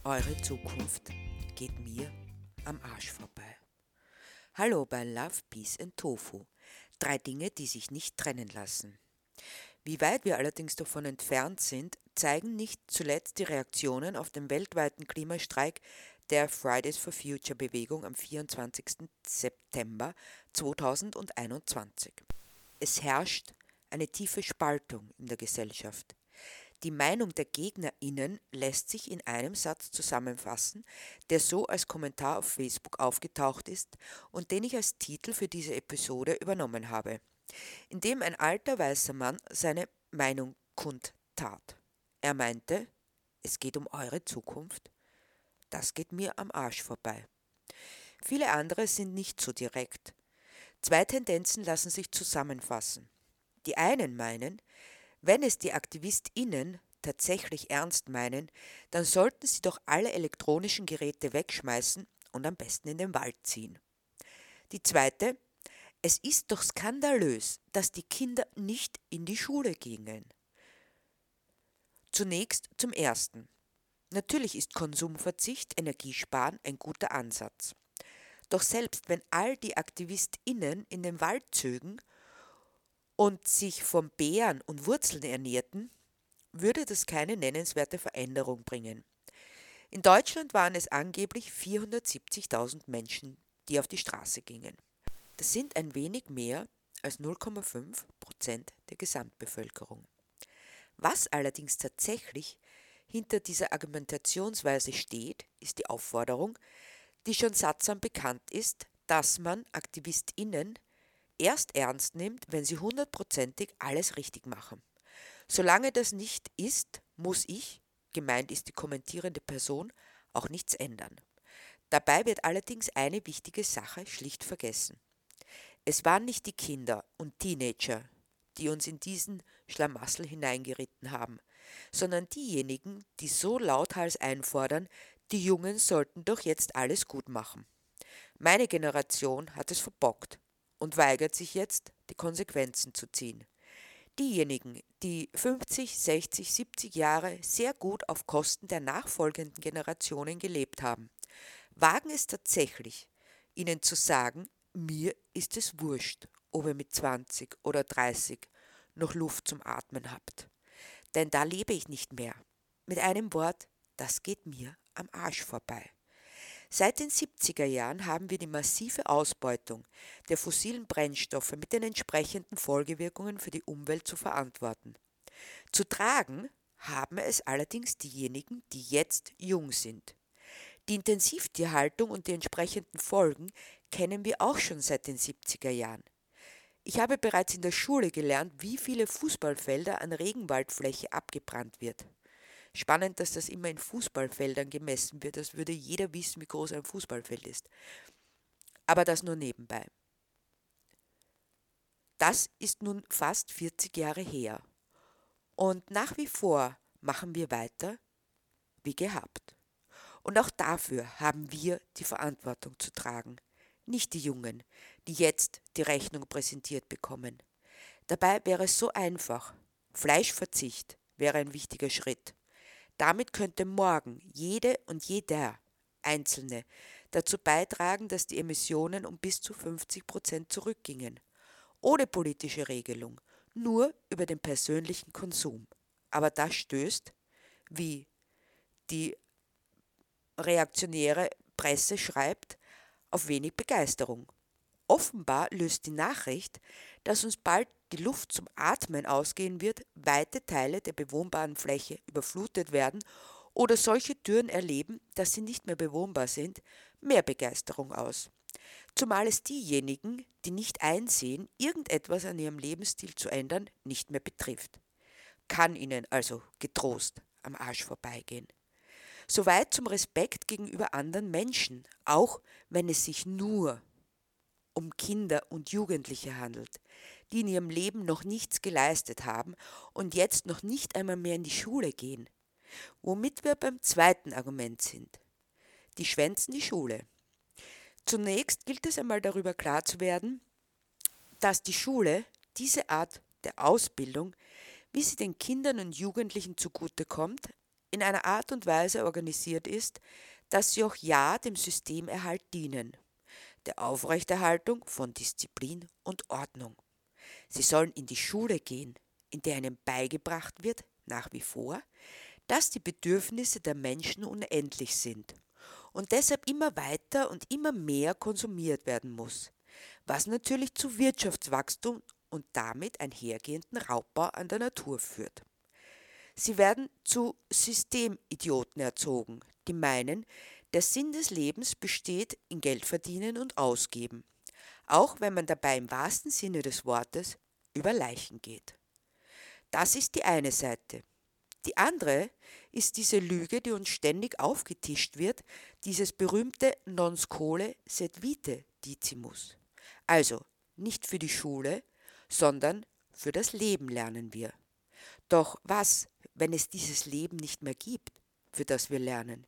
Eure Zukunft geht mir am Arsch vorbei. Hallo bei Love, Peace and Tofu. 3 Dinge, die sich nicht trennen lassen. Wie weit wir allerdings davon entfernt sind, zeigen nicht zuletzt die Reaktionen auf den weltweiten Klimastreik der Fridays for Future Bewegung am 24. September 2021. Es herrscht eine tiefe Spaltung in der Gesellschaft. Die Meinung der GegnerInnen lässt sich in einem Satz zusammenfassen, der so als Kommentar auf Facebook aufgetaucht ist und den ich als Titel für diese Episode übernommen habe, in dem ein alter weißer Mann seine Meinung kundtat. Er meinte, es geht um eure Zukunft, das geht mir am Arsch vorbei. Viele andere sind nicht so direkt. 2 Tendenzen lassen sich zusammenfassen. Die einen meinen, wenn es die AktivistInnen tatsächlich ernst meinen, dann sollten sie doch alle elektronischen Geräte wegschmeißen und am besten in den Wald ziehen. Die zweite, es ist doch skandalös, dass die Kinder nicht in die Schule gingen. Zunächst zum ersten. Natürlich ist Konsumverzicht, Energiesparen ein guter Ansatz. Doch selbst wenn all die AktivistInnen in den Wald zögen und sich von Beeren und Wurzeln ernährten, würde das keine nennenswerte Veränderung bringen. In Deutschland waren es angeblich 470.000 Menschen, die auf die Straße gingen. Das sind ein wenig mehr als 0,5% der Gesamtbevölkerung. Was allerdings tatsächlich hinter dieser Argumentationsweise steht, ist die Aufforderung, die schon sattsam bekannt ist, dass man AktivistInnen erst ernst nimmt, wenn sie 100%ig alles richtig machen. Solange das nicht ist, muss ich, gemeint ist die kommentierende Person, auch nichts ändern. Dabei wird allerdings eine wichtige Sache schlicht vergessen. Es waren nicht die Kinder und Teenager, die uns in diesen Schlamassel hineingeritten haben, sondern diejenigen, die so lauthals einfordern, die Jungen sollten doch jetzt alles gut machen. Meine Generation hat es verbockt und weigert sich jetzt, die Konsequenzen zu ziehen. Diejenigen, die 50, 60, 70 Jahre sehr gut auf Kosten der nachfolgenden Generationen gelebt haben, wagen es tatsächlich, ihnen zu sagen, mir ist es wurscht, ob ihr mit 20 oder 30 noch Luft zum Atmen habt. Denn da lebe ich nicht mehr. Mit einem Wort, das geht mir am Arsch vorbei. Seit den 70er Jahren haben wir die massive Ausbeutung der fossilen Brennstoffe mit den entsprechenden Folgewirkungen für die Umwelt zu verantworten. Zu tragen haben es allerdings diejenigen, die jetzt jung sind. Die Intensivtierhaltung und die entsprechenden Folgen kennen wir auch schon seit den 70er Jahren. Ich habe bereits in der Schule gelernt, wie viele Fußballfelder an Regenwaldfläche abgebrannt wird. Spannend, dass das immer in Fußballfeldern gemessen wird, als würde jeder wissen, wie groß ein Fußballfeld ist. Aber das nur nebenbei. Das ist nun fast 40 Jahre her. Und nach wie vor machen wir weiter wie gehabt. Und auch dafür haben wir die Verantwortung zu tragen. Nicht die Jungen, die jetzt die Rechnung präsentiert bekommen. Dabei wäre es so einfach. Fleischverzicht wäre ein wichtiger Schritt. Damit könnte morgen jede und jeder Einzelne dazu beitragen, dass die Emissionen um bis zu 50% zurückgingen. Ohne politische Regelung, nur über den persönlichen Konsum. Aber das stößt, wie die reaktionäre Presse schreibt, auf wenig Begeisterung. Offenbar löst die Nachricht, dass uns bald die Luft zum Atmen ausgehen wird, weite Teile der bewohnbaren Fläche überflutet werden oder solche Türen erleben, dass sie nicht mehr bewohnbar sind, mehr Begeisterung aus. Zumal es diejenigen, die nicht einsehen, irgendetwas an ihrem Lebensstil zu ändern, nicht mehr betrifft. Kann ihnen also getrost am Arsch vorbeigehen. Soweit zum Respekt gegenüber anderen Menschen, auch wenn es sich nur um Kinder und Jugendliche handelt, die in ihrem Leben noch nichts geleistet haben und jetzt noch nicht einmal mehr in die Schule gehen. Womit wir beim zweiten Argument sind. Die schwänzen die Schule. Zunächst gilt es einmal darüber klar zu werden, dass die Schule diese Art der Ausbildung, wie sie den Kindern und Jugendlichen zugutekommt, in einer Art und Weise organisiert ist, dass sie auch ja dem Systemerhalt dienen, der Aufrechterhaltung von Disziplin und Ordnung. Sie sollen in die Schule gehen, in der ihnen beigebracht wird, nach wie vor, dass die Bedürfnisse der Menschen unendlich sind und deshalb immer weiter und immer mehr konsumiert werden muss, was natürlich zu Wirtschaftswachstum und damit einhergehenden Raubbau an der Natur führt. Sie werden zu Systemidioten erzogen, die meinen, der Sinn des Lebens besteht in Geldverdienen und Ausgeben, auch wenn man dabei im wahrsten Sinne des Wortes über Leichen geht. Das ist die eine Seite. Die andere ist diese Lüge, die uns ständig aufgetischt wird, dieses berühmte non scholae sed vitae dicimus. Also nicht für die Schule, sondern für das Leben lernen wir. Doch was, wenn es dieses Leben nicht mehr gibt, für das wir lernen?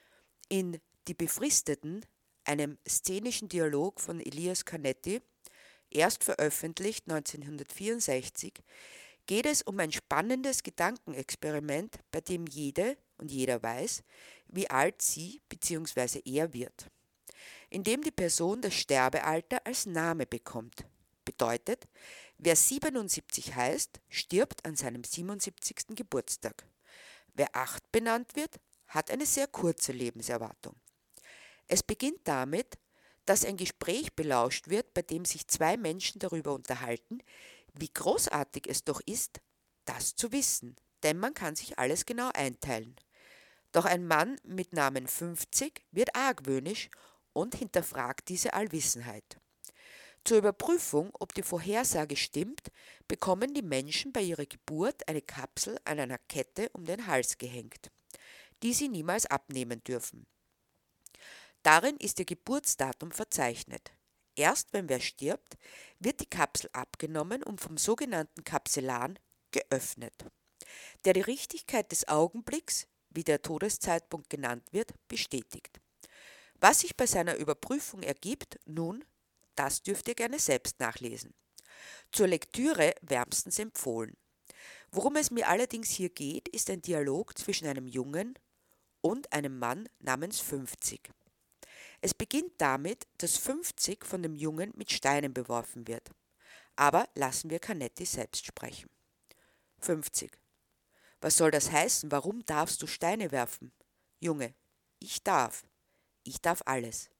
In Die Befristeten, einem szenischen Dialog von Elias Canetti, erst veröffentlicht 1964, geht es um ein spannendes Gedankenexperiment, bei dem jede und jeder weiß, wie alt sie bzw. er wird, indem die Person das Sterbealter als Name bekommt. Bedeutet, wer 77 heißt, stirbt an seinem 77. Geburtstag. Wer 8 benannt wird, hat eine sehr kurze Lebenserwartung. Es beginnt damit, dass ein Gespräch belauscht wird, bei dem sich zwei Menschen darüber unterhalten, wie großartig es doch ist, das zu wissen, denn man kann sich alles genau einteilen. Doch ein Mann mit Namen 50 wird argwöhnisch und hinterfragt diese Allwissenheit. Zur Überprüfung, ob die Vorhersage stimmt, bekommen die Menschen bei ihrer Geburt eine Kapsel an einer Kette um den Hals gehängt, die sie niemals abnehmen dürfen. Darin ist ihr Geburtsdatum verzeichnet. Erst wenn wer stirbt, wird die Kapsel abgenommen und vom sogenannten Kapsellan geöffnet, der die Richtigkeit des Augenblicks, wie der Todeszeitpunkt genannt wird, bestätigt. Was sich bei seiner Überprüfung ergibt, nun, das dürft ihr gerne selbst nachlesen. Zur Lektüre wärmstens empfohlen. Worum es mir allerdings hier geht, ist ein Dialog zwischen einem Jungen und einem Mann namens 50. Es beginnt damit, dass 50 von dem Jungen mit Steinen beworfen wird. Aber lassen wir Canetti selbst sprechen. 50. Was soll das heißen? Warum darfst du Steine werfen? Junge, ich darf. Ich darf alles.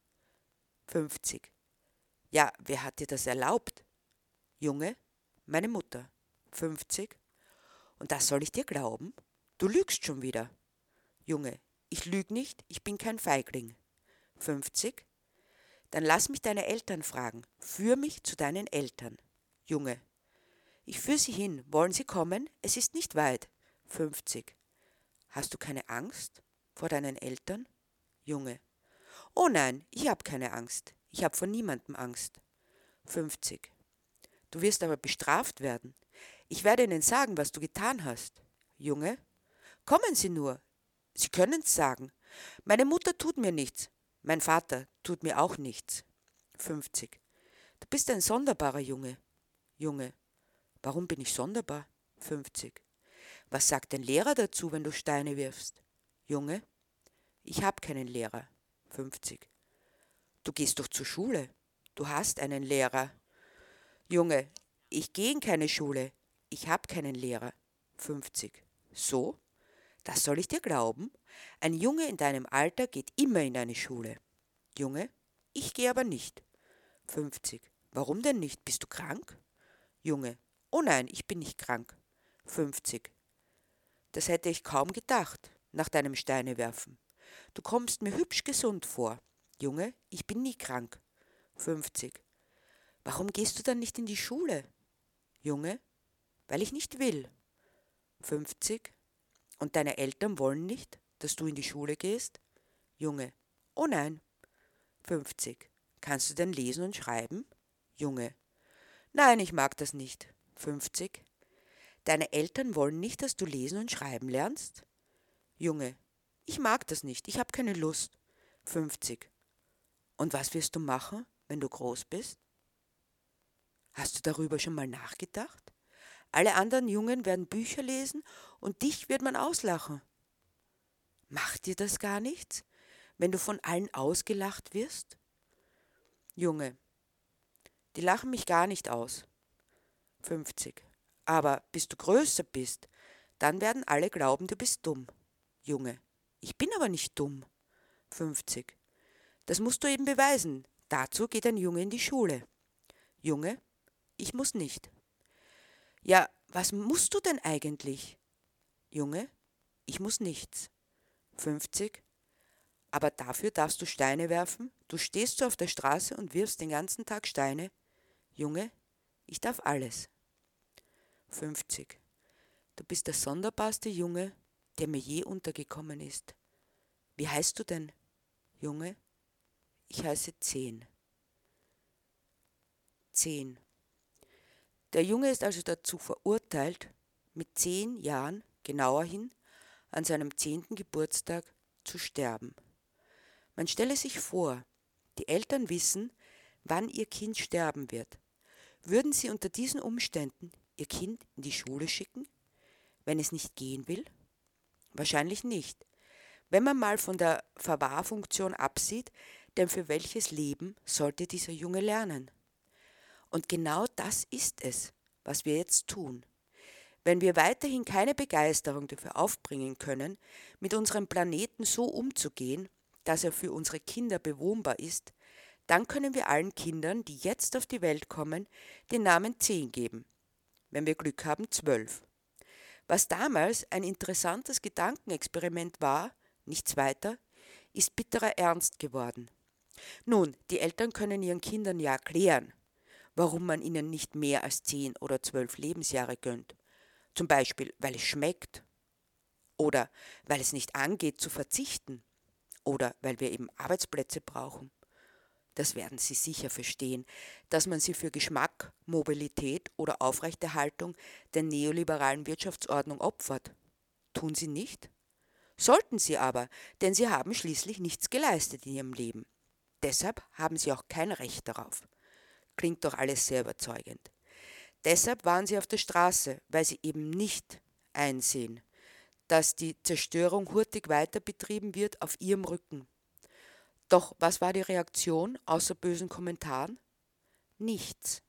50. Ja, wer hat dir das erlaubt? Junge, meine Mutter. 50. Und das soll ich dir glauben? Du lügst schon wieder. Junge, ich lüg nicht, ich bin kein Feigling. 50. Dann lass mich deine Eltern fragen. Führ mich zu deinen Eltern. Junge. Ich führ sie hin. Wollen sie kommen? Es ist nicht weit. 50. Hast du keine Angst vor deinen Eltern? Junge. Oh nein, ich hab keine Angst. Ich hab vor niemandem Angst. 50. Du wirst aber bestraft werden. Ich werde ihnen sagen, was du getan hast. Junge. Kommen Sie nur. Sie können's sagen. Meine Mutter tut mir nichts. Mein Vater tut mir auch nichts. 50. Du bist ein sonderbarer Junge. Junge. Warum bin ich sonderbar? 50. Was sagt dein Lehrer dazu, wenn du Steine wirfst? Junge. Ich habe keinen Lehrer. 50. Du gehst doch zur Schule. Du hast einen Lehrer. Junge. Ich gehe in keine Schule. Ich habe keinen Lehrer. 50. So? Das soll ich dir glauben? Ein Junge in deinem Alter geht immer in eine Schule. Junge, ich gehe aber nicht. 50. Warum denn nicht? Bist du krank? Junge, oh nein, ich bin nicht krank. 50. Das hätte ich kaum gedacht, nach deinem Steinewerfen. Du kommst mir hübsch gesund vor. Junge, ich bin nie krank. 50. Warum gehst du dann nicht in die Schule? Junge, weil ich nicht will. 50. Und deine Eltern wollen nicht, dass du in die Schule gehst? Junge, oh nein. 50. Kannst du denn lesen und schreiben? Junge, nein, ich mag das nicht. 50. Deine Eltern wollen nicht, dass du lesen und schreiben lernst? Junge, ich mag das nicht, ich habe keine Lust. 50. Und was wirst du machen, wenn du groß bist? Hast du darüber schon mal nachgedacht? Alle anderen Jungen werden Bücher lesen und dich wird man auslachen. Macht dir das gar nichts, wenn du von allen ausgelacht wirst? Junge: Die lachen mich gar nicht aus. 50. Aber bis du größer bist, dann werden alle glauben, du bist dumm. Junge: Ich bin aber nicht dumm. 50. Das musst du eben beweisen. Dazu geht ein Junge in die Schule. Junge: Ich muss nicht. Ja, was musst du denn eigentlich? Junge: Ich muss nichts. 50. Aber dafür darfst du Steine werfen? Du stehst so auf der Straße und wirfst den ganzen Tag Steine? Junge: Ich darf alles. 50. Du bist der sonderbarste Junge, der mir je untergekommen ist. Wie heißt du denn? Junge: Ich heiße 10. 10. Der Junge ist also dazu verurteilt, mit 10 Jahren, genauer hin, an seinem 10. Geburtstag zu sterben. Man stelle sich vor, die Eltern wissen, wann ihr Kind sterben wird. Würden sie unter diesen Umständen ihr Kind in die Schule schicken, wenn es nicht gehen will? Wahrscheinlich nicht. Wenn man mal von der Verwahrfunktion absieht, denn für welches Leben sollte dieser Junge lernen? Und genau das ist es, was wir jetzt tun. Wenn wir weiterhin keine Begeisterung dafür aufbringen können, mit unserem Planeten so umzugehen, dass er für unsere Kinder bewohnbar ist, dann können wir allen Kindern, die jetzt auf die Welt kommen, den Namen 10 geben. Wenn wir Glück haben, 12. Was damals ein interessantes Gedankenexperiment war, nichts weiter, ist bitterer Ernst geworden. Nun, die Eltern können ihren Kindern ja erklären, warum man ihnen nicht mehr als 10 oder 12 Lebensjahre gönnt. Zum Beispiel, weil es schmeckt oder weil es nicht angeht zu verzichten oder weil wir eben Arbeitsplätze brauchen. Das werden Sie sicher verstehen, dass man sie für Geschmack, Mobilität oder Aufrechterhaltung der neoliberalen Wirtschaftsordnung opfert. Tun Sie nicht? Sollten Sie aber, denn Sie haben schließlich nichts geleistet in Ihrem Leben. Deshalb haben Sie auch kein Recht darauf. Klingt doch alles sehr überzeugend. Deshalb waren Sie auf der Straße, weil Sie eben nicht einsehen, dass die Zerstörung hurtig weiter betrieben wird auf Ihrem Rücken. Doch was war die Reaktion außer bösen Kommentaren? Nichts.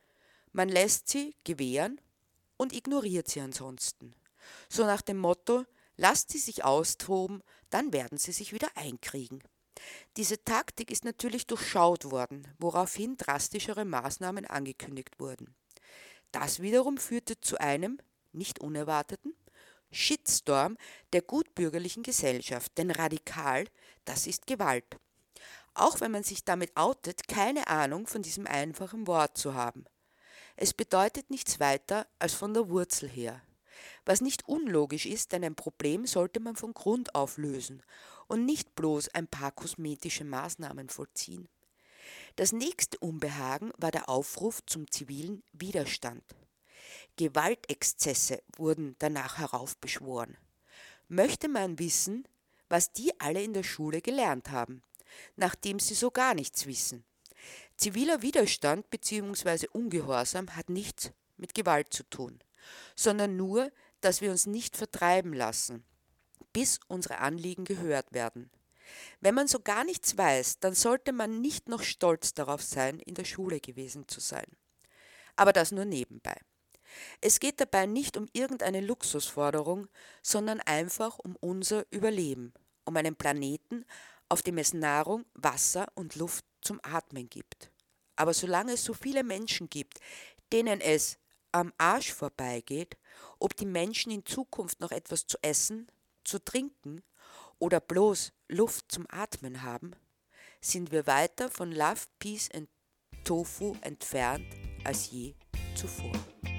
Man lässt sie gewähren und ignoriert sie ansonsten. So nach dem Motto: Lasst sie sich austoben, dann werden sie sich wieder einkriegen. Diese Taktik ist natürlich durchschaut worden, woraufhin drastischere Maßnahmen angekündigt wurden. Das wiederum führte zu einem, nicht unerwarteten, Shitstorm der gutbürgerlichen Gesellschaft, denn radikal, das ist Gewalt. Auch wenn man sich damit outet, keine Ahnung von diesem einfachen Wort zu haben. Es bedeutet nichts weiter als von der Wurzel her. Was nicht unlogisch ist, denn ein Problem sollte man von Grund auf lösen und nicht bloß ein paar kosmetische Maßnahmen vollziehen. Das nächste Unbehagen war der Aufruf zum zivilen Widerstand. Gewaltexzesse wurden danach heraufbeschworen. Möchte man wissen, was die alle in der Schule gelernt haben, nachdem sie so gar nichts wissen? Ziviler Widerstand bzw. Ungehorsam hat nichts mit Gewalt zu tun, sondern nur, dass wir uns nicht vertreiben lassen, bis unsere Anliegen gehört werden. Wenn man so gar nichts weiß, dann sollte man nicht noch stolz darauf sein, in der Schule gewesen zu sein. Aber das nur nebenbei. Es geht dabei nicht um irgendeine Luxusforderung, sondern einfach um unser Überleben, um einen Planeten, auf dem es Nahrung, Wasser und Luft zum Atmen gibt. Aber solange es so viele Menschen gibt, denen es am Arsch vorbeigeht, ob die Menschen in Zukunft noch etwas zu essen, zu trinken oder bloß Luft zum Atmen haben, sind wir weiter von Love, Peace and Tofu entfernt als je zuvor.